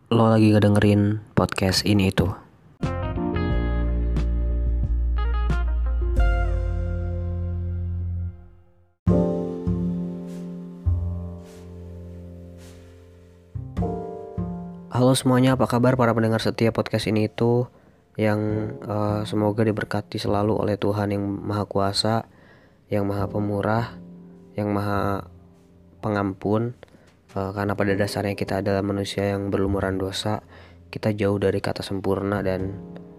Lo lagi ngedengerin podcast ini itu. Halo semuanya, apa kabar para pendengar setia podcast ini itu, yang semoga diberkati selalu oleh Tuhan yang Maha Kuasa, yang Maha Pemurah, yang Maha Pengampun. Karena pada dasarnya kita adalah manusia yang berlumuran dosa, kita jauh dari kata sempurna dan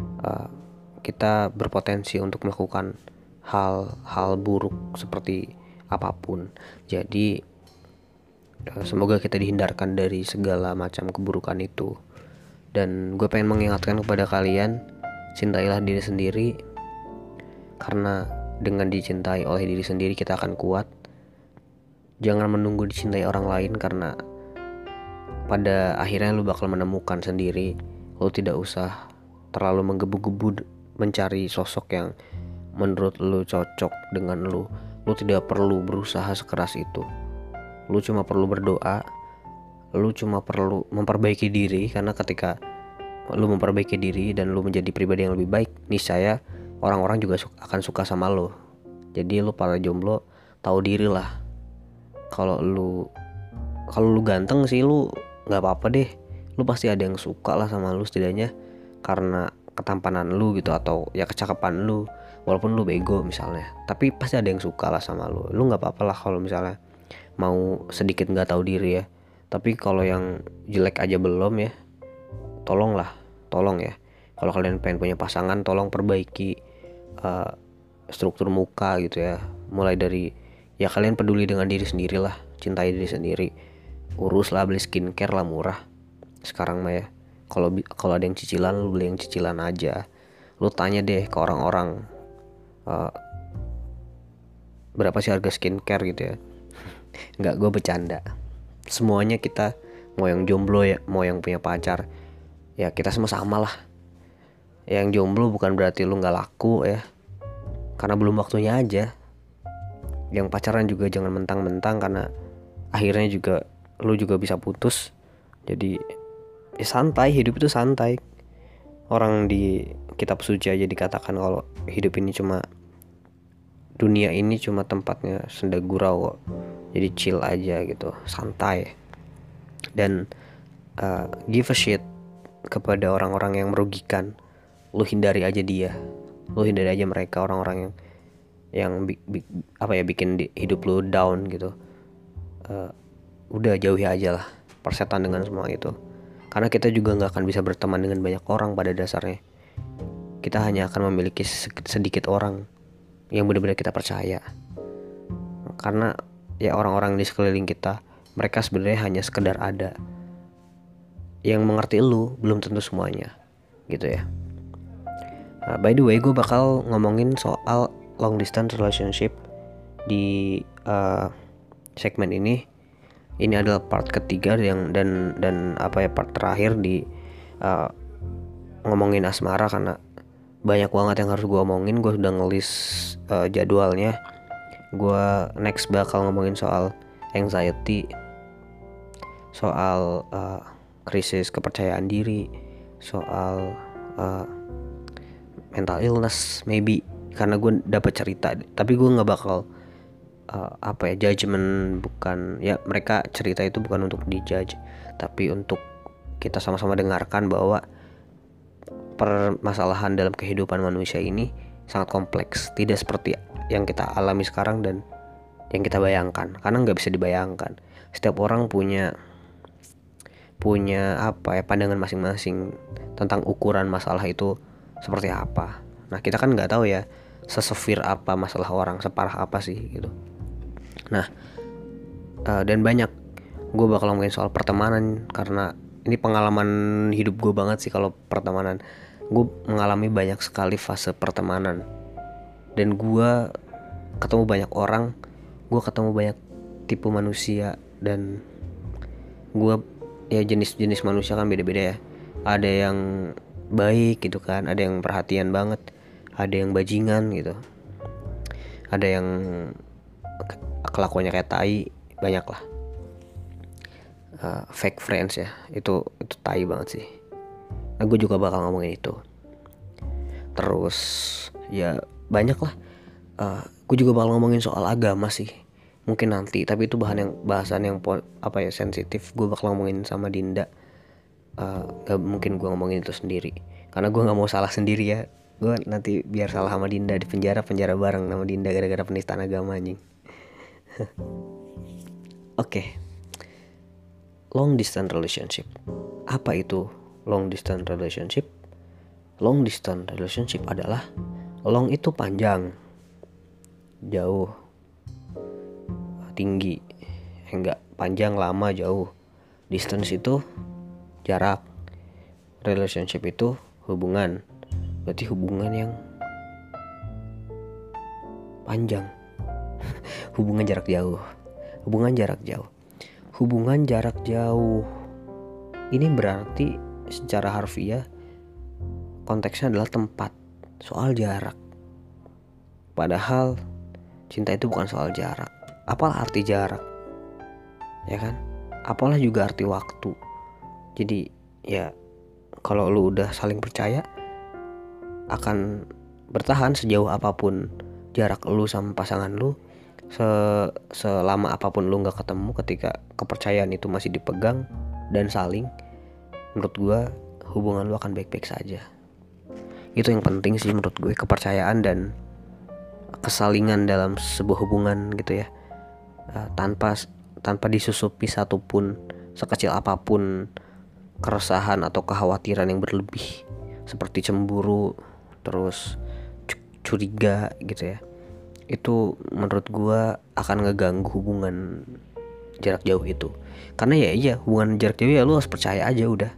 kita berpotensi untuk melakukan hal-hal buruk seperti apapun. Jadi semoga kita dihindarkan dari segala macam keburukan itu. Dan gue pengen mengingatkan kepada kalian, cintailah diri sendiri, karena dengan dicintai oleh diri sendiri kita akan kuat. Jangan menunggu dicintai orang lain, karena pada akhirnya lu bakal menemukan sendiri. Lu tidak usah terlalu menggebu-gebu mencari sosok yang menurut lu cocok dengan lu. Lu tidak perlu berusaha sekeras itu. Lu cuma perlu berdoa, lu cuma perlu memperbaiki diri, karena ketika lu memperbaiki diri dan lu menjadi pribadi yang lebih baik, niscaya orang-orang juga akan suka sama lu. Jadi lu para jomblo tahu diri lah. Kalau lu ganteng sih lu nggak apa-apa deh, lu pasti ada yang suka lah sama lu, setidaknya karena ketampanan lu gitu, atau ya kecakapan lu. Walaupun lu bego misalnya, tapi pasti ada yang suka lah sama lu. Lu nggak apa-apa lah kalau misalnya mau sedikit nggak tahu diri ya. Tapi kalau yang jelek aja belum ya, tolong ya, kalau kalian pengen punya pasangan, tolong perbaiki struktur muka gitu ya. Mulai dari ya kalian peduli dengan diri sendiri lah, cintai diri sendiri, urus lah, beli skincare lah murah sekarang mah ya. Kalau ada yang cicilan, lu beli yang cicilan aja. Lu tanya deh ke orang-orang, berapa sih harga skincare gitu ya. Nggak, gue bercanda. Semuanya kita, mau yang jomblo ya, mau yang punya pacar, ya kita semua sama lah. Yang jomblo bukan berarti lu nggak laku ya, karena belum waktunya aja. Yang pacaran juga jangan mentang-mentang, karena akhirnya juga lu juga bisa putus. Jadi ya santai, hidup itu santai. Orang di kitab suci aja dikatakan kalau hidup ini cuma, dunia ini cuma tempatnya senda gurau kok. Jadi chill aja gitu, santai. Dan give a shit kepada orang-orang yang merugikan. Lu hindari aja dia, lu hindari aja mereka, orang-orang yang bikin hidup lu down gitu. Udah jauhi aja lah persetan dengan semua itu, karena kita juga nggak akan bisa berteman dengan banyak orang. Pada dasarnya kita hanya akan memiliki sedikit orang yang benar-benar kita percaya, karena ya orang-orang di sekeliling kita, mereka sebenarnya hanya sekedar ada. Yang mengerti lu belum tentu semuanya gitu ya. By the way, gue bakal ngomongin soal long distance relationship di segmen ini. Ini adalah part ketiga dan part terakhir di ngomongin asmara, karena banyak banget yang harus gue omongin. Gue sudah ngelis jadwalnya. Gue next bakal ngomongin soal anxiety, soal krisis kepercayaan diri, soal mental illness maybe, karena gue dapat cerita. Tapi gue nggak bakal judgement, bukan ya, mereka cerita itu bukan untuk dijudge, tapi untuk kita sama-sama dengarkan bahwa permasalahan dalam kehidupan manusia ini sangat kompleks, tidak seperti yang kita alami sekarang dan yang kita bayangkan, karena nggak bisa dibayangkan. Setiap orang punya pandangan masing-masing tentang ukuran masalah itu seperti apa. Nah, kita kan nggak tahu ya sesevere apa masalah orang, separah apa sih gitu. Nah, dan banyak gue bakal ngomongin soal pertemanan, karena ini pengalaman hidup gue banget sih. Kalau pertemanan, gue mengalami banyak sekali fase pertemanan, dan gue ketemu banyak orang, gue ketemu banyak tipe manusia, dan gue ya jenis manusia kan beda-beda ya. Ada yang baik gitu kan, ada yang perhatian banget, ada yang bajingan gitu, ada yang kelakuannya kayak tai, banyak lah. fake friends ya, itu tai banget sih. Nah gue juga bakal ngomongin itu. Terus ya banyak lah. Gue juga bakal ngomongin soal agama sih, mungkin nanti, tapi itu bahasan yang sensitif. Gue bakal ngomongin sama Dinda. Gak mungkin gue ngomongin itu sendiri, karena gue nggak mau salah sendiri ya. Gue nanti biar salah sama Dinda, di penjara bareng sama Dinda gara-gara penistaan agama anjing. Oke. Long distance relationship. Apa itu long distance relationship? Long distance relationship adalah, long itu panjang, jauh, tinggi. Enggak, panjang, lama, jauh. Distance itu jarak. Relationship itu hubungan. Berarti hubungan yang panjang. Hubungan jarak jauh. Hubungan jarak jauh ini berarti secara harfiah konteksnya adalah tempat, soal jarak. Padahal cinta itu bukan soal jarak. Apalah arti jarak, ya kan? Apalah juga arti waktu. Jadi ya kalau lu udah saling percaya, akan bertahan sejauh apapun jarak lu sama pasangan lu, selama apapun lu gak ketemu. Ketika kepercayaan itu masih dipegang dan saling, menurut gue hubungan lu akan baik-baik saja. Itu yang penting sih menurut gue, kepercayaan dan kesalingan dalam sebuah hubungan gitu ya. Tanpa disusupi satupun sekecil apapun keresahan atau kekhawatiran yang berlebih, seperti cemburu, terus curiga gitu ya. Itu menurut gue akan ngeganggu hubungan jarak jauh itu. Karena hubungan jarak jauh ya lu harus percaya aja udah.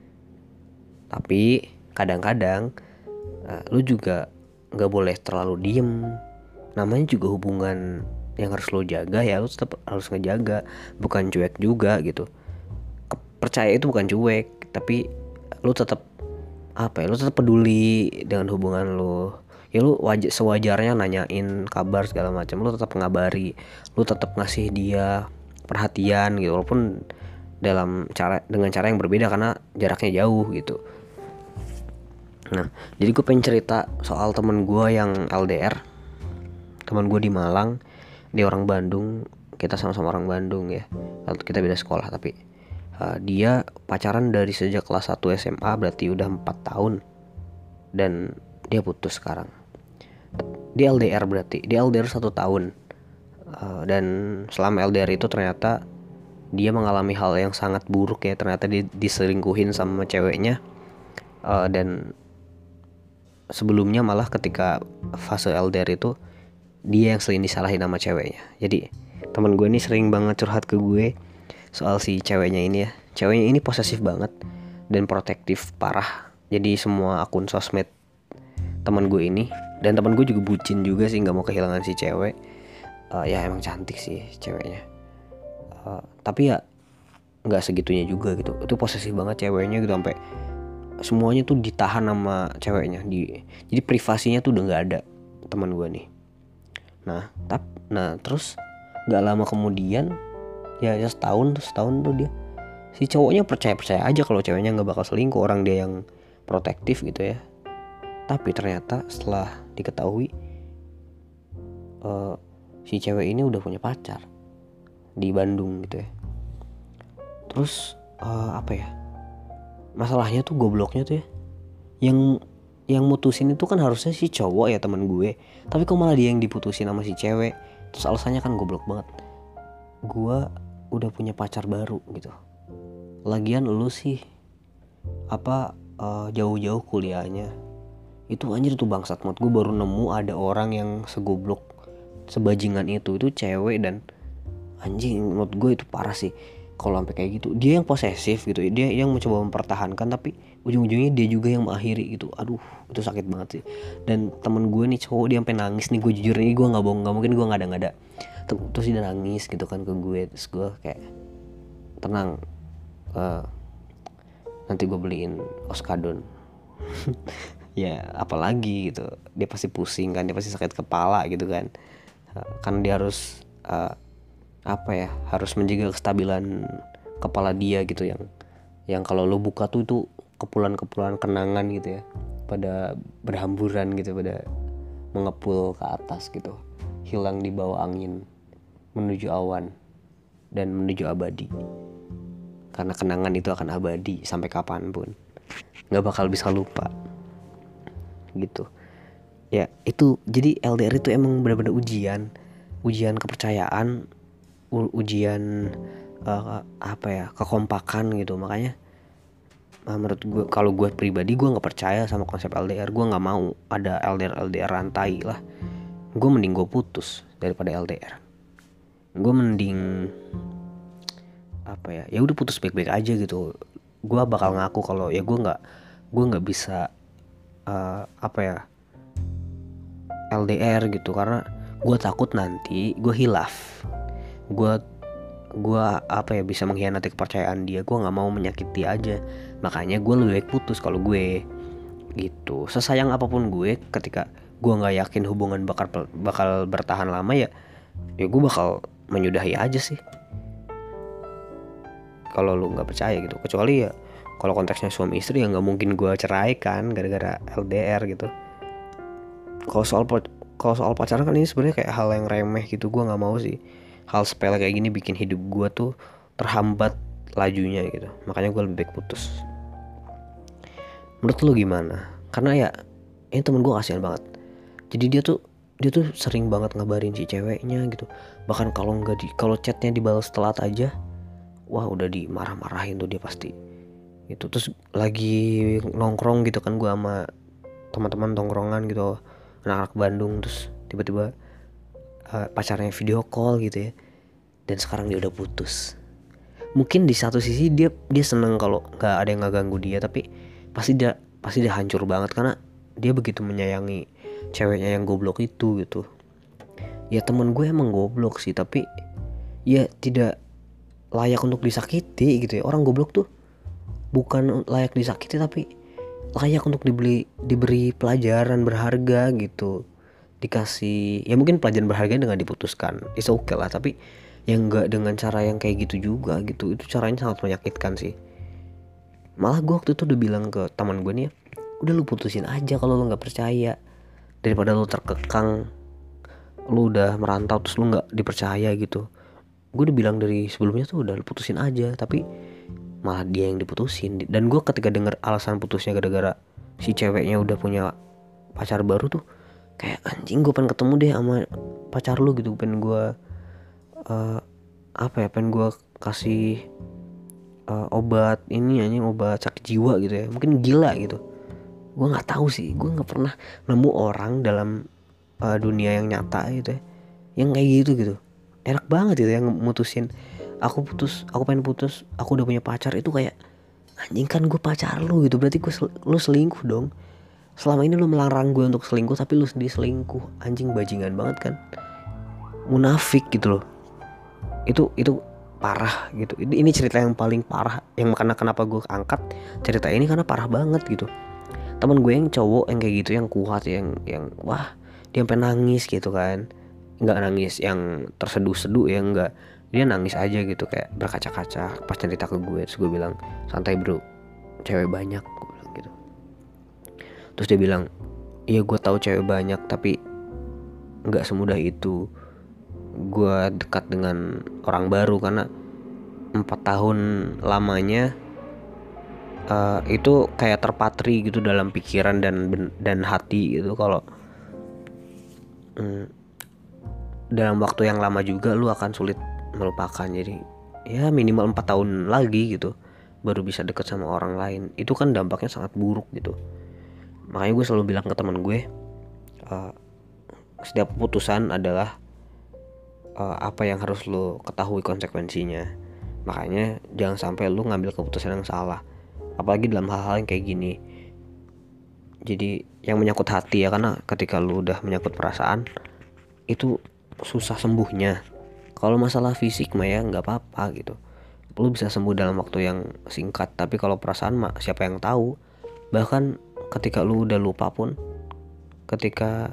Tapi kadang-kadang lu juga gak boleh terlalu diem. Namanya juga hubungan yang harus lu jaga, ya lu tetap harus ngejaga. Bukan cuek juga gitu. Percaya itu bukan cuek, tapi lu tetap lu tetap peduli dengan hubungan lu. Ya lu sewajarnya nanyain kabar segala macam, lu tetap ngabari, lu tetap ngasih dia perhatian gitu, walaupun dengan cara yang berbeda karena jaraknya jauh gitu. Nah, jadi gue pengen cerita soal temen gue yang LDR. Temen gue di Malang, dia orang Bandung, kita sama-sama orang Bandung ya. Kita beda sekolah, tapi dia pacaran dari sejak kelas 1 SMA, berarti udah 4 tahun. Dan dia putus sekarang. Dia LDR 1 tahun. Dan selama LDR itu ternyata dia mengalami hal yang sangat buruk ya. Ternyata dia diselingkuhin sama ceweknya. Dan sebelumnya malah ketika fase LDR itu dia yang sering disalahin sama ceweknya. Jadi teman gue ini sering banget curhat ke gue soal si ceweknya ini ya. Ceweknya ini posesif banget dan protektif parah. Jadi semua akun sosmed teman gue ini, dan teman gue juga bucin juga sih, nggak mau kehilangan si cewek. Ya emang cantik sih ceweknya. Tapi ya nggak segitunya juga gitu. Itu posesif banget ceweknya gitu, sampai semuanya tuh ditahan sama ceweknya. Jadi privasinya tuh udah nggak ada teman gue nih. Nah terus nggak lama kemudian ya setahun tuh dia, si cowoknya percaya aja kalau ceweknya nggak bakal selingkuh, orang dia yang protektif gitu ya. Tapi ternyata setelah diketahui si cewek ini udah punya pacar di Bandung gitu ya. Terus masalahnya tuh, gobloknya tuh ya, yang mutusin itu kan harusnya si cowok ya, teman gue. Tapi kok malah dia yang diputusin sama si cewek. Terus alasannya kan goblok banget, gue udah punya pacar baru gitu. Lagian lu sih jauh-jauh kuliahnya. Itu anjir tuh bangsat banget. Gue baru nemu ada orang yang segoblok, sebajingan itu cewek. Dan anjing, menurut gue itu parah sih kalau sampai kayak gitu. Dia yang posesif gitu, dia yang mencoba mempertahankan, tapi ujung-ujungnya dia juga yang mengakhiri gitu. Aduh, itu sakit banget sih. Dan temen gue nih cowok, dia sampai nangis nih. Gue jujur nih, gue nggak bohong, nggak mungkin gue nggak ada. Terus dia nangis gitu kan ke gue. Terus gue kayak, tenang, nanti gue beliin oskadon. Ya apalagi gitu, dia pasti pusing kan, dia pasti sakit kepala gitu kan. Kan dia harus harus menjaga kestabilan kepala dia gitu, yang kalau lo buka tuh itu kepulan-kepulan kenangan gitu ya, pada berhamburan gitu, pada mengepul ke atas gitu, hilang di bawah angin menuju awan dan menuju abadi. Karena kenangan itu akan abadi sampai kapanpun, nggak bakal bisa lupa gitu ya. Itu jadi LDR itu emang benar-benar ujian kepercayaan, ujian kekompakan gitu. Makanya menurut gue, kalau gue pribadi, gue nggak percaya sama konsep LDR. Gue nggak mau ada LDR rantai lah. Gue mending gue putus daripada LDR. Gue mending ya udah putus baik-baik aja gitu. Gue bakal ngaku kalau ya gue nggak bisa LDR gitu, karena gue takut nanti gue hilaf, gue bisa mengkhianati kepercayaan dia. Gue nggak mau menyakiti aja, makanya gue lebih baik putus kalau gue gitu. Sesayang apapun gue, ketika gue nggak yakin hubungan bakal bertahan lama, ya gue bakal menyudahi aja sih, kalau lu nggak percaya gitu. Kecuali ya kalau konteksnya suami istri, ya nggak mungkin gue cerai kan gara-gara LDR gitu. Kalau soal pacaran kan ini sebenarnya kayak hal yang remeh gitu. Gue nggak mau sih hal sepele kayak gini bikin hidup gue tuh terhambat lajunya gitu. Makanya gue lebih baik putus. Menurut lu gimana? Karena ya ini temen gue kasihan banget. Jadi dia tuh sering banget ngabarin si ceweknya gitu. Bahkan kalau chatnya dibalas telat aja, wah udah dimarah-marahin tuh dia pasti. Itu terus lagi nongkrong gitu kan, gue sama teman-teman tongkrongan gitu, anak-anak Bandung, terus tiba-tiba pacarnya video call gitu ya, dan sekarang dia udah putus. Mungkin di satu sisi dia seneng kalau nggak ada yang ngeganggu dia, tapi pasti dia hancur banget karena dia begitu menyayangi ceweknya yang goblok itu gitu. Ya teman gue emang goblok sih, tapi ya tidak layak untuk disakiti gitu ya. Orang goblok tuh bukan layak disakiti, tapi layak untuk diberi pelajaran berharga gitu. Dikasih ya mungkin pelajaran berharga dengan diputuskan, it's okay lah, tapi yang enggak dengan cara yang kayak gitu juga gitu. Itu caranya sangat menyakitkan sih. Malah gue waktu itu udah bilang ke teman gue nih ya, udah lu putusin aja kalau lu nggak percaya, daripada lu terkekang, lu udah merantau terus lu nggak dipercaya gitu. Gue udah bilang dari sebelumnya tuh udah lu putusin aja, tapi malah dia yang diputusin. Dan gue ketika denger alasan putusnya gara-gara si ceweknya udah punya pacar baru tuh kayak anjing, gue pengen ketemu deh sama pacar lu gitu. Pengen gue pengen gue kasih obat ini, anjing, obat sakit jiwa gitu ya, mungkin gila gitu. Gue nggak tahu sih, gue nggak pernah nemu orang dalam dunia yang nyata gitu ya yang kayak gitu. Enak banget gitu yang mutusin, aku pengen putus, aku udah punya pacar. Itu kayak anjing, kan gue pacar lu gitu, berarti lu selingkuh dong. Selama ini lu melarang gue untuk selingkuh, tapi lu sendiri selingkuh. Anjing, bajingan banget kan, munafik gitu loh. Itu parah gitu. Ini cerita yang paling parah, yang kenapa gue angkat cerita ini, karena parah banget gitu. Temen gue yang cowok yang kayak gitu, yang kuat, yang wah dia sampai nangis gitu kan. Nggak nangis yang terseduh-seduh ya, enggak, dia nangis aja gitu kayak berkaca-kaca pas cerita ke gue. Terus gue bilang, santai bro, cewek banyak, gue bilang gitu. Terus dia bilang, iya gue tahu cewek banyak, tapi nggak semudah itu gue dekat dengan orang baru. Karena 4 tahun lamanya itu kayak terpatri gitu dalam pikiran dan hati gitu. Kalau dalam waktu yang lama juga lu akan sulit melupakan. Jadi ya minimal 4 tahun lagi gitu baru bisa deket sama orang lain. Itu kan dampaknya sangat buruk gitu. Makanya gue selalu bilang ke teman gue, setiap keputusan adalah apa yang harus lu ketahui konsekuensinya. Makanya jangan sampai lu ngambil keputusan yang salah, apalagi dalam hal-hal yang kayak gini. Jadi yang menyangkut hati ya, karena ketika lu udah menyangkut perasaan itu susah sembuhnya. Kalau masalah fisik mah ya nggak apa-apa gitu, lu bisa sembuh dalam waktu yang singkat. Tapi kalau perasaan mah siapa yang tahu. Bahkan ketika lu udah lupa pun, ketika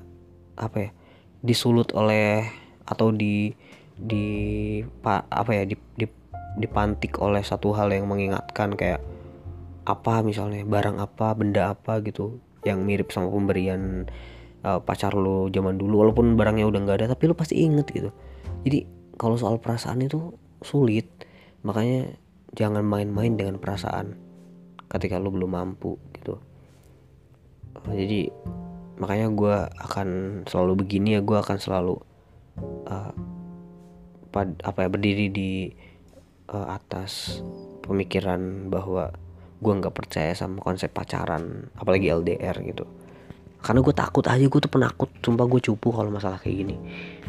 disulut oleh atau dipantik oleh satu hal yang mengingatkan, kayak apa misalnya, barang apa, benda apa gitu yang mirip sama pemberian pacar lo zaman dulu, walaupun barangnya udah nggak ada tapi lo pasti inget gitu. Jadi kalau soal perasaan itu sulit, makanya jangan main-main dengan perasaan ketika lo belum mampu gitu. Jadi makanya gue akan selalu begini ya, gue akan selalu berdiri di atas pemikiran bahwa gue nggak percaya sama konsep pacaran, apalagi LDR gitu. Karena gue takut aja, gue tuh penakut, sumpah gue cupu kalau masalah kayak gini.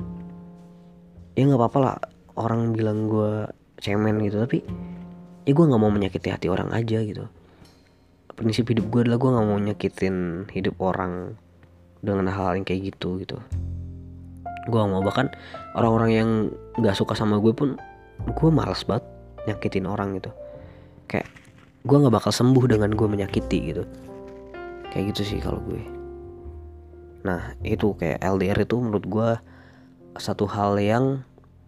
Ya nggak apa-apa lah orang bilang gue cemen gitu, tapi ya gue nggak mau menyakiti hati orang aja gitu. Prinsip hidup gue adalah gue nggak mau nyakitin hidup orang dengan hal-hal yang kayak gitu. Gue gak mau, bahkan orang-orang yang nggak suka sama gue pun gue malas banget nyakitin orang gitu. Kayak gue nggak bakal sembuh dengan gue menyakiti gitu. Kayak gitu sih kalau gue. Nah itu kayak LDR itu menurut gue satu hal yang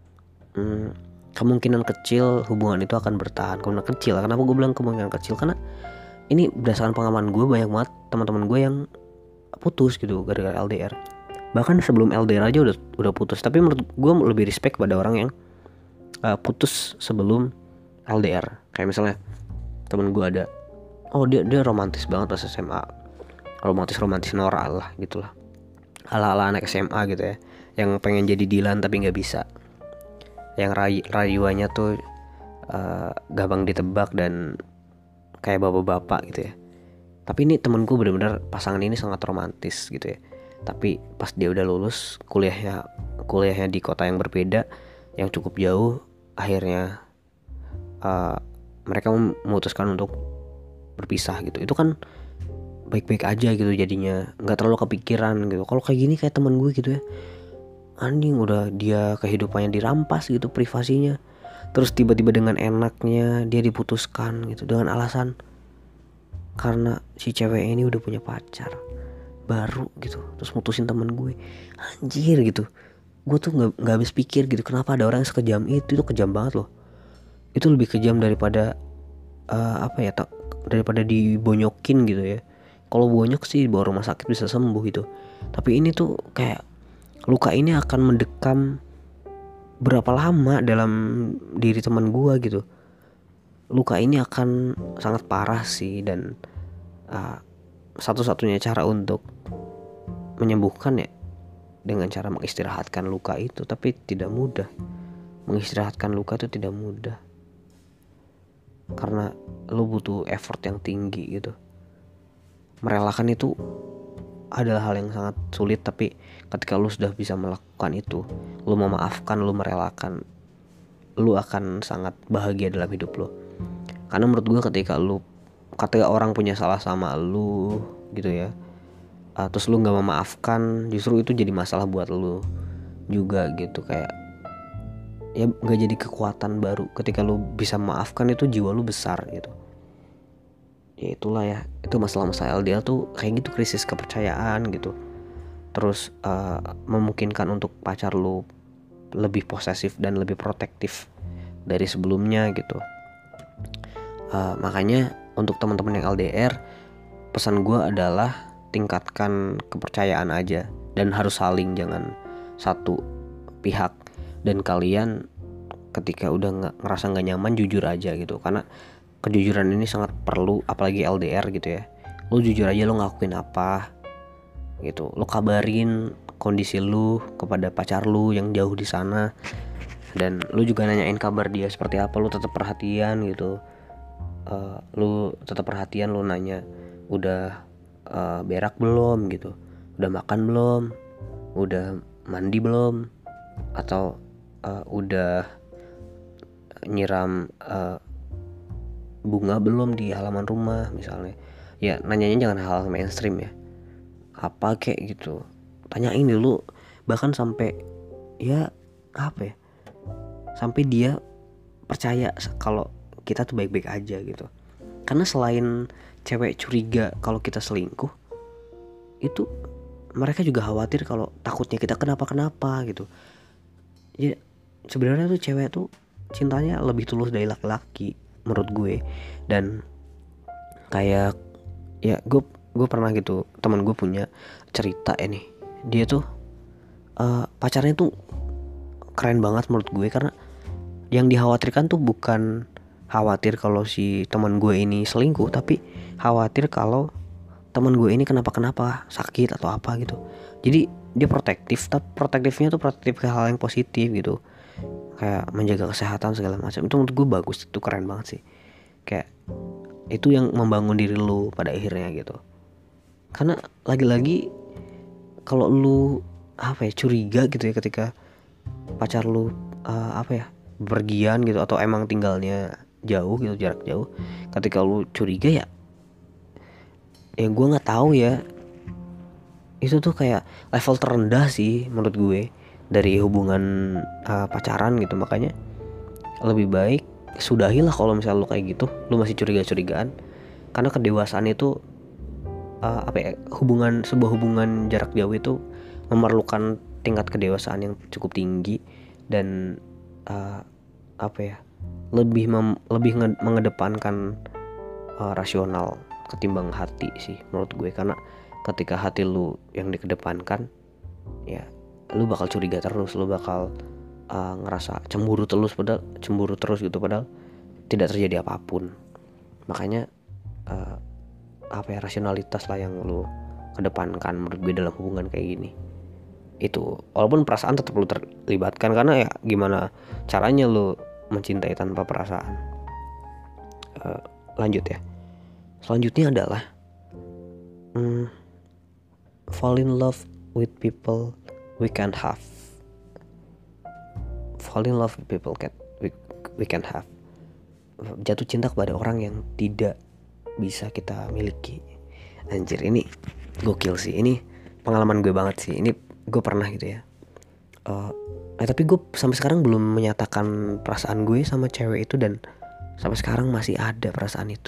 kemungkinan kecil hubungan itu akan bertahan. Kemungkinan kecil, kenapa gue bilang kemungkinan kecil? Karena ini berdasarkan pengalaman gue, banyak banget teman-teman gue yang putus gitu gara-gara LDR. Bahkan sebelum LDR aja udah putus. Tapi menurut gue lebih respect pada orang yang putus sebelum LDR. Kayak misalnya temen gue ada, dia romantis banget pas SMA, romantis norak lah gitulah, ala-ala anak SMA gitu ya, yang pengen jadi Dilan tapi nggak bisa, yang rayuannya tuh gampang ditebak dan kayak bapak-bapak gitu ya. Tapi ini temen gue bener-bener pasangan ini sangat romantis gitu ya. Tapi pas dia udah lulus kuliahnya di kota yang berbeda, yang cukup jauh, akhirnya mereka memutuskan untuk berpisah gitu. Itu kan baik-baik aja gitu jadinya, nggak terlalu kepikiran gitu. Kalau kayak gini kayak teman gue gitu ya, anjing udah dia kehidupannya dirampas gitu, privasinya, terus tiba-tiba dengan enaknya dia diputuskan gitu dengan alasan karena si cewek ini udah punya pacar baru gitu, terus mutusin teman gue. Anjir gitu, gue tuh nggak habis pikir gitu, kenapa ada orang yang sekejam itu kejam banget loh. Itu lebih kejam daripada daripada dibonyokin gitu ya. Kalau bonyok sih bawa rumah sakit bisa sembuh gitu, tapi ini tuh kayak luka ini akan mendekam berapa lama dalam diri teman gua gitu. Luka ini akan sangat parah sih, dan satu-satunya cara untuk menyembuhkan ya dengan cara mengistirahatkan luka itu. Tapi tidak mudah, mengistirahatkan luka itu tidak mudah, karena lo butuh effort yang tinggi gitu. Merelakan itu adalah hal yang sangat sulit, tapi ketika lu sudah bisa melakukan itu, lu memaafkan, lu merelakan, lu akan sangat bahagia dalam hidup lu. Karena menurut gue ketika orang punya salah sama lu gitu ya, terus lu gak memaafkan, justru itu jadi masalah buat lu juga gitu. Kayak ya gak jadi kekuatan baru. Ketika lu bisa memaafkan, itu jiwa lu besar gitu. Ya itulah ya, itu masalah-masalah LDR tuh kayak gitu, krisis kepercayaan gitu. Terus memungkinkan untuk pacar lu lebih posesif dan lebih protektif dari sebelumnya gitu. Makanya untuk teman-teman yang LDR, pesan gue adalah tingkatkan kepercayaan aja, dan harus saling, jangan satu pihak. Dan kalian ketika udah ngerasa gak nyaman, jujur aja gitu, karena kejujuran ini sangat perlu, apalagi LDR gitu ya. Lu jujur aja, lu ngakuin apa gitu, lu kabarin kondisi lu kepada pacar lu yang jauh di sana, dan lu juga nanyain kabar dia seperti apa. Lu tetap perhatian gitu, lu tetap perhatian, lu nanya udah berak belum gitu, udah makan belum, udah mandi belum, atau udah nyiram bunga belum di halaman rumah misalnya. Ya nanyanya jangan hal mainstream ya, apa kayak gitu, tanyain dulu. Bahkan sampai ya apa ya, sampai dia percaya kalau kita tuh baik-baik aja gitu. Karena selain cewek curiga kalau kita selingkuh, itu mereka juga khawatir kalau takutnya kita kenapa-kenapa gitu. Ya sebenarnya tuh cewek tuh cintanya lebih tulus dari laki-laki menurut gue. Dan kayak ya gue pernah gitu, teman gue punya cerita ini, dia tuh pacarnya tuh keren banget menurut gue, karena yang dikhawatirkan tuh bukan khawatir kalau si teman gue ini selingkuh, tapi khawatir kalau teman gue ini kenapa sakit atau apa gitu. Jadi dia protektif, tapi protektifnya tuh protektif ke hal yang positif gitu, kayak menjaga kesehatan segala macam. Itu menurut gue bagus, itu keren banget sih. Kayak itu yang membangun diri lu pada akhirnya gitu. Karena lagi-lagi kalau lu curiga gitu ya ketika pacar lu berpergian gitu, atau emang tinggalnya jauh gitu, jarak jauh, ketika lu curiga ya gue nggak tahu ya, itu tuh kayak level terendah sih menurut gue dari hubungan pacaran gitu. Makanya lebih baik sudahilah kalau misalnya lu kayak gitu, lu masih curiga-curigaan. Karena kedewasaan itu sebuah hubungan jarak jauh itu memerlukan tingkat kedewasaan yang cukup tinggi, dan lebih mengedepankan rasional ketimbang hati sih menurut gue. Karena ketika hati lu yang dikedepankan, ya lu bakal curiga terus, lu bakal ngerasa cemburu terus gitu, padahal tidak terjadi apapun. Makanya rasionalitas lah yang lu kedepankan menurut gue dalam hubungan kayak gini. Itu walaupun perasaan tetap lu terlibatkan, karena ya gimana caranya lu mencintai tanpa perasaan. Lanjut ya, selanjutnya adalah fall in love with people we can have. Fall in love with people we can have. Jatuh cinta kepada orang yang tidak bisa kita miliki. Anjir, ini gokil sih, ini pengalaman gue banget sih. Ini gue pernah gitu ya. Tapi gue sampai sekarang belum menyatakan perasaan gue sama cewek itu, dan sampai sekarang masih ada perasaan itu.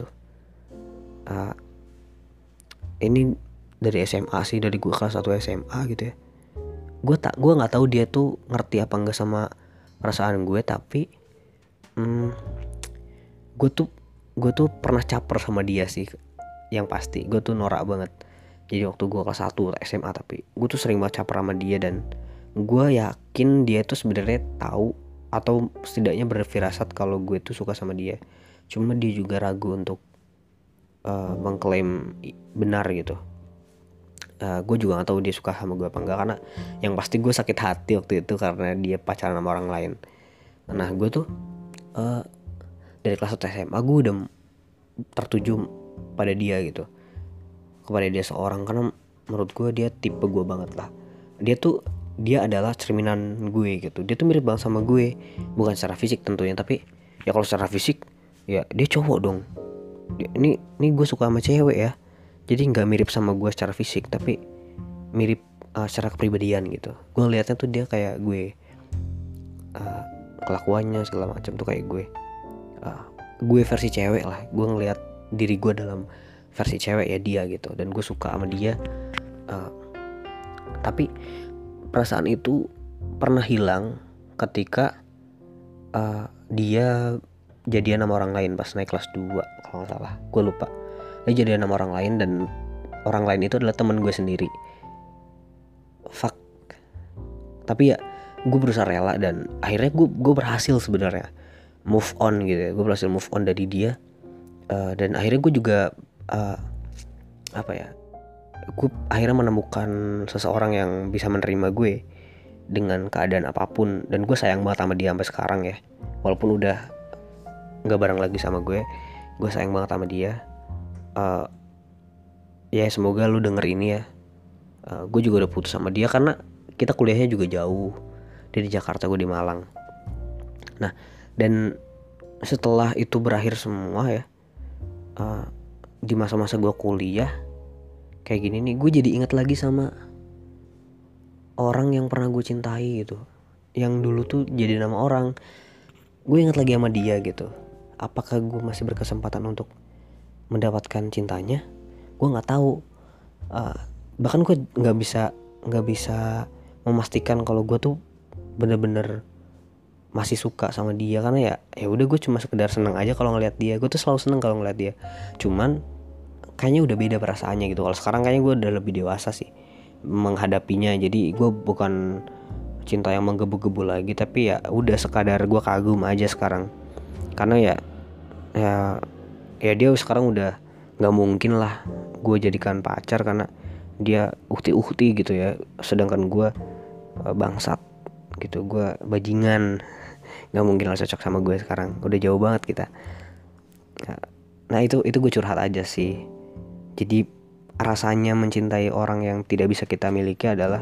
Ini dari SMA sih, dari gue kelas 1 SMA gitu ya. Gue nggak tahu dia tuh ngerti apa enggak sama perasaan gue, tapi gue tuh pernah caper sama dia sih. Yang pasti gue tuh norak banget. Jadi waktu gue kelas 1 SMA, tapi gue tuh sering banget caper sama dia, dan gue yakin dia tuh sebenarnya tahu atau setidaknya berfirasat kalau gue tuh suka sama dia. Cuma dia juga ragu untuk mengklaim benar gitu. Gue juga gak tahu dia suka sama gue apa enggak, karena yang pasti gue sakit hati waktu itu karena dia pacaran sama orang lain. Nah gue tuh dari kelas 1 SMA gue udah tertuju pada dia gitu, kepada dia seorang, karena menurut gue dia tipe gue banget lah. Dia adalah cerminan gue gitu. Dia tuh mirip banget sama gue, bukan secara fisik tentunya, tapi ya kalau secara fisik ya dia cowok dong. Ini gue suka sama cewek ya, jadi nggak mirip sama gue secara fisik, tapi mirip secara kepribadian gitu. Gue liatnya tuh dia kayak gue, kelakuannya segala macam tuh kayak gue. Gue versi cewek lah. Gue ngeliat diri gue dalam versi cewek ya dia gitu, dan gue suka sama dia. Tapi perasaan itu pernah hilang ketika dia jadian sama orang lain pas naik kelas 2 kalau gak salah, gue lupa. Dia jadian sama orang lain, dan orang lain itu adalah teman gue sendiri. Fuck. Tapi ya gue berusaha rela, dan akhirnya gue berhasil sebenarnya move on gitu ya. Gue berhasil move on dari dia, dan akhirnya gue juga gue akhirnya menemukan seseorang yang bisa menerima gue dengan keadaan apapun. Dan gue sayang banget sama dia sampai sekarang ya, walaupun udah nggak bareng lagi sama gue sayang banget sama dia. Ya semoga lu denger ini ya. Gue juga udah putus sama dia karena kita kuliahnya juga jauh. Dia di Jakarta, gue di Malang. Nah, dan setelah itu berakhir semua ya, di masa-masa gue kuliah kayak gini nih, gue jadi ingat lagi sama orang yang pernah gue cintai gitu, yang dulu tuh jadi nama orang. Gue ingat lagi sama dia gitu. Apakah gue masih berkesempatan untuk mendapatkan cintanya? Gue nggak tahu. Bahkan gue nggak bisa memastikan kalau gue tuh bener-bener masih suka sama dia, karena ya udah gue cuma sekedar seneng aja kalau ngeliat dia. Gue tuh selalu seneng kalau ngeliat dia, cuman kayaknya udah beda perasaannya gitu. Kalau sekarang kayaknya gue udah lebih dewasa sih menghadapinya. Jadi gue bukan cinta yang menggebu-gebu lagi, tapi ya udah sekadar gue kagum aja sekarang. Karena ya ya dia sekarang udah nggak mungkin lah gue jadikan pacar, karena dia ukti gitu ya, sedangkan gue bangsat gitu, gue bajingan. Nggak mungkin lah cocok sama gue sekarang, udah jauh banget kita. Nah itu gue curhat aja sih. Jadi rasanya mencintai orang yang tidak bisa kita miliki adalah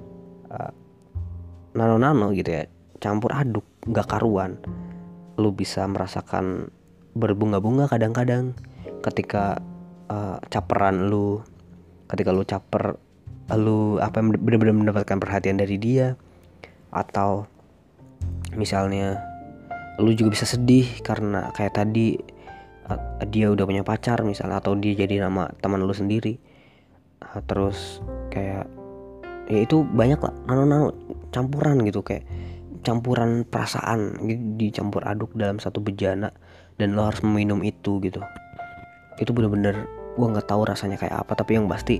nano-nano gitu ya, campur aduk, gak karuan. Lu bisa merasakan berbunga-bunga kadang-kadang ketika caperan lu, ketika lu caper, lu benar-benar mendapatkan perhatian dari dia. Atau misalnya lu juga bisa sedih karena kayak tadi dia udah punya pacar misalnya, atau dia jadi nama teman lu sendiri. Terus kayak ya itu banyak lah nano-nano campuran gitu, kayak campuran perasaan gitu, dicampur aduk dalam satu bejana, dan lo harus meminum itu gitu. Itu bener-bener gue nggak tahu rasanya kayak apa, tapi yang pasti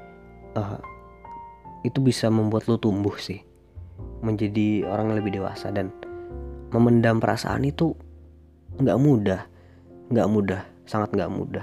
itu bisa membuat lo tumbuh sih, menjadi orang yang lebih dewasa. Dan memendam perasaan itu nggak mudah, sangat nggak mudah.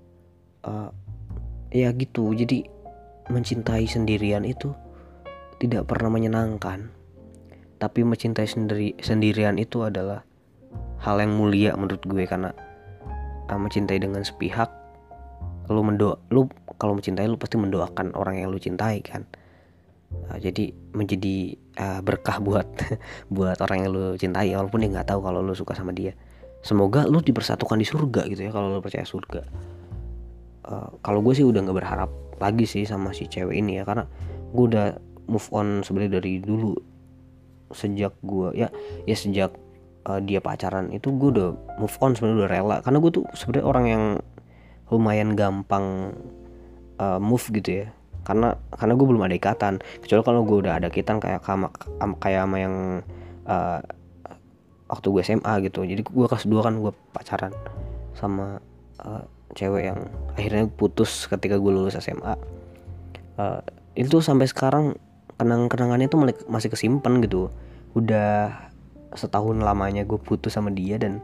Ya gitu. Jadi mencintai sendirian itu tidak pernah menyenangkan, tapi mencintai sendirian itu adalah hal yang mulia menurut gue. Karena mencintai dengan sepihak, lu kalau mencintai lu pasti mendoakan orang yang lu cintai kan. Jadi menjadi berkah buat buat orang yang lu cintai, walaupun dia nggak tahu kalau lu suka sama dia. Semoga lu dipersatukan di surga gitu ya, kalau lu percaya surga. Kalau gue sih udah nggak berharap lagi sih sama si cewek ini ya, karena gue udah move on sebenarnya dari dulu. Sejak gue sejak dia pacaran itu gue udah move on sebenarnya, udah rela. Karena gue tuh sebenarnya orang yang lumayan gampang move gitu ya, karena gue belum ada ikatan. Kecuali kalau gue udah ada ikatan kayak sama yang waktu gue SMA gitu. Jadi gue kelas 2 kan gue pacaran sama cewek yang akhirnya putus ketika gue lulus SMA. Itu sampai sekarang kenangannya tuh masih kesimpan gitu. Udah setahun lamanya gue putus sama dia, dan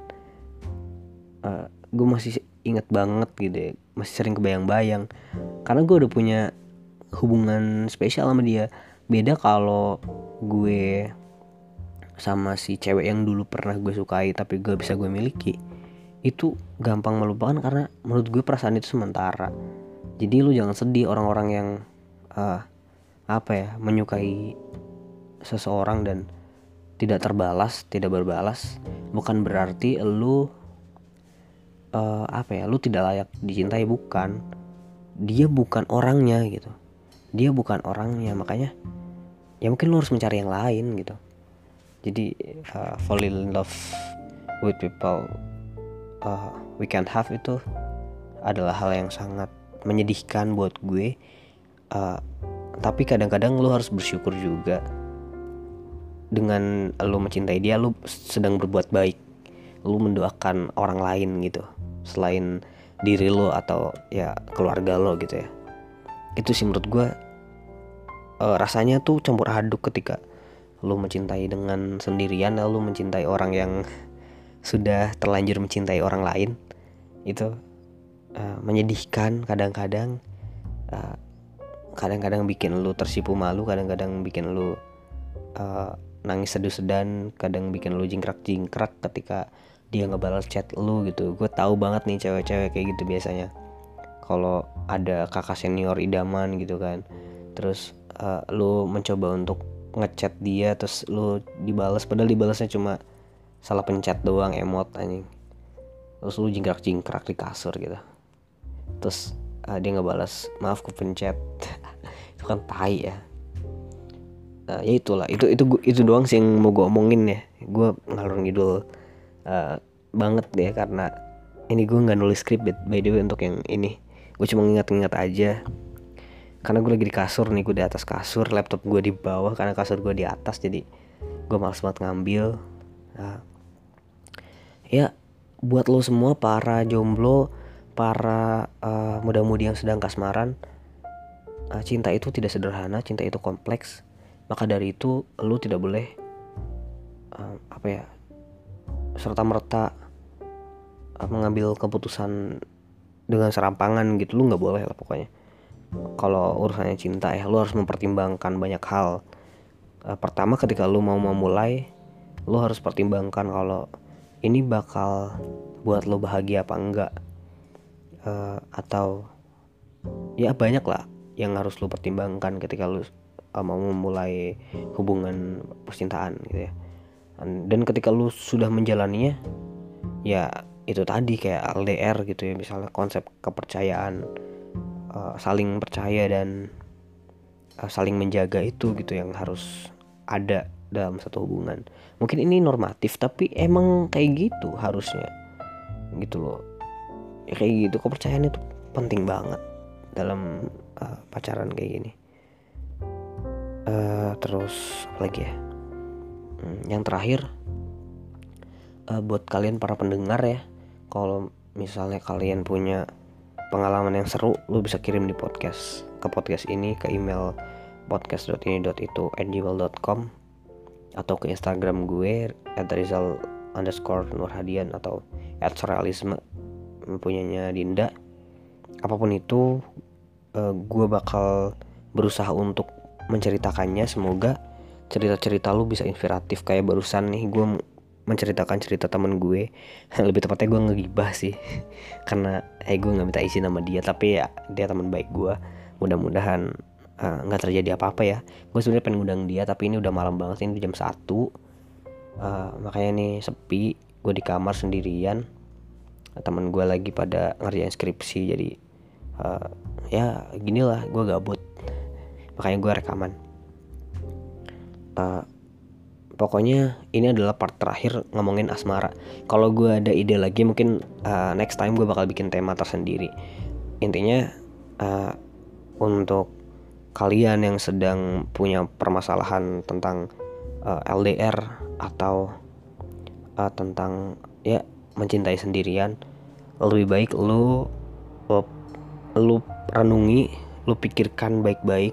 gue masih inget banget gitu ya, masih sering kebayang-bayang, karena gue udah punya hubungan spesial sama dia. Beda kalau gue sama si cewek yang dulu pernah gue sukai tapi gak bisa gue miliki, itu gampang melupakan, karena menurut gue perasaan itu sementara. Jadi lu jangan sedih orang-orang yang menyukai seseorang dan tidak berbalas. Bukan berarti lu lu tidak layak dicintai, bukan. Dia bukan orangnya gitu. Makanya ya mungkin lu harus mencari yang lain gitu. Jadi fall in love with people we can't have itu adalah hal yang sangat menyedihkan buat gue. Tapi kadang-kadang lu harus bersyukur juga. Dengan lu mencintai dia, lu sedang berbuat baik. Lu mendoakan orang lain gitu, selain diri lo atau ya keluarga lo gitu ya. Itu sih menurut gue rasanya tuh campur aduk ketika lu mencintai dengan sendirian, lalu mencintai orang yang sudah terlanjur mencintai orang lain. Itu menyedihkan kadang-kadang. Kadang-kadang bikin lu tersipu malu, kadang-kadang bikin lu nangis sedu-sedan, kadang bikin lu jingkrak-jingkrak ketika dia ngebalas chat lu gitu. Gue tahu banget nih cewek-cewek kayak gitu biasanya. Kalau ada kakak senior idaman gitu kan, terus lu mencoba untuk ngechat dia, terus lu dibalas, padahal dibalasnya cuma salah pencet doang, emot anjing. Terus lu jingkrak-jingkrak di kasur gitu. Terus dia ngebalas, maaf kepencet. Itu kan tai ya. Ya itulah, itu doang sih yang mau gue omongin ya. Gue ngalor ngidul banget deh, karena ini gue nggak nulis skrip by the way untuk yang ini. Gue cuma ngingat-ngingat aja, karena gue lagi di kasur nih, gue di atas kasur, laptop gue di bawah karena kasur gue di atas, jadi gue malas banget ngambil. Nah, ya buat lo semua para jomblo, para muda-mudi yang sedang kasmaran, cinta itu tidak sederhana, cinta itu kompleks. Maka dari itu lo tidak boleh serta-merta mengambil keputusan dengan serampangan gitu. Lu nggak boleh lah pokoknya. Kalau urusannya cinta ya, lu harus mempertimbangkan banyak hal. Pertama, ketika lu mau memulai, lu harus pertimbangkan kalau ini bakal buat lu bahagia apa enggak, atau ya banyak lah yang harus lu pertimbangkan ketika lu mau memulai hubungan percintaan gitu ya. Dan ketika lu sudah menjalaninya, ya itu tadi kayak LDR gitu ya, misalnya konsep kepercayaan, saling percaya dan saling menjaga itu gitu yang harus ada dalam satu hubungan. Mungkin ini normatif tapi emang kayak gitu harusnya gitu loh ya, kayak gitu. Kepercayaan itu penting banget dalam pacaran kayak gini. Terus apa lagi ya, yang terakhir, buat kalian para pendengar ya, kalau misalnya kalian punya pengalaman yang seru, lu bisa kirim di podcast ini ke email podcast.ini.itu@gmail.com atau ke Instagram gue @rizal_nurhadian atau @surrealisme punyanya Dinda. Apapun itu, gue bakal berusaha untuk menceritakannya. Semoga cerita-cerita lu bisa inspiratif kayak barusan nih gue menceritakan cerita temen gue. Lebih tepatnya gue ngegibah sih karena gue nggak minta izin sama dia, tapi ya dia teman baik gue. Mudah-mudahan nggak terjadi apa-apa ya. Gue sebenarnya pengen ngundang dia tapi ini udah malam banget, ini jam 1. Makanya nih sepi, gue di kamar sendirian. Temen gue lagi pada ngerjain skripsi, jadi ya ginilah gue gabut, makanya gue rekaman. Pokoknya ini adalah part terakhir ngomongin asmara. Kalau gue ada ide lagi mungkin next time gue bakal bikin tema tersendiri. Intinya untuk kalian yang sedang punya permasalahan tentang LDR atau tentang ya mencintai sendirian, lebih baik lu renungi, lu pikirkan baik-baik,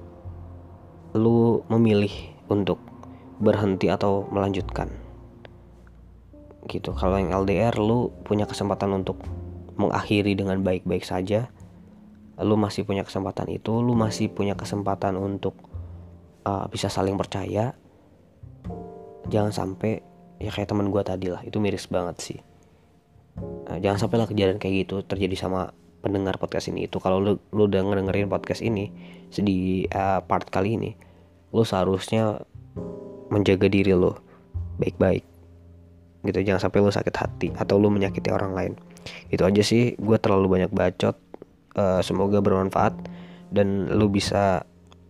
lu memilih untuk berhenti atau melanjutkan gitu. Kalau yang LDR lu punya kesempatan untuk mengakhiri dengan baik-baik saja, lu masih punya kesempatan itu, lu masih punya kesempatan untuk bisa saling percaya. Jangan sampai ya kayak teman gue tadi lah, itu miris banget sih. Jangan sampai lah kejadian kayak gitu terjadi sama pendengar podcast ini. Itu kalau lu udah dengerin podcast ini di part kali ini, lu seharusnya menjaga diri lo baik-baik gitu. Jangan sampai lo sakit hati atau lo menyakiti orang lain. Itu aja sih, gue terlalu banyak bacot. Semoga bermanfaat dan lo bisa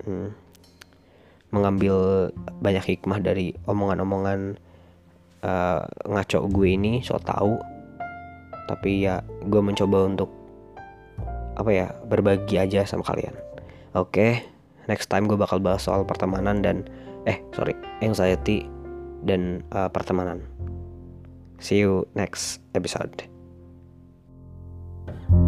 mengambil banyak hikmah dari omongan-omongan ngaco gue ini, so tau. Tapi ya gue mencoba untuk berbagi aja sama kalian. Oke, next time gue bakal bahas soal pertemanan dan anxiety dan pertemanan. See you next episode.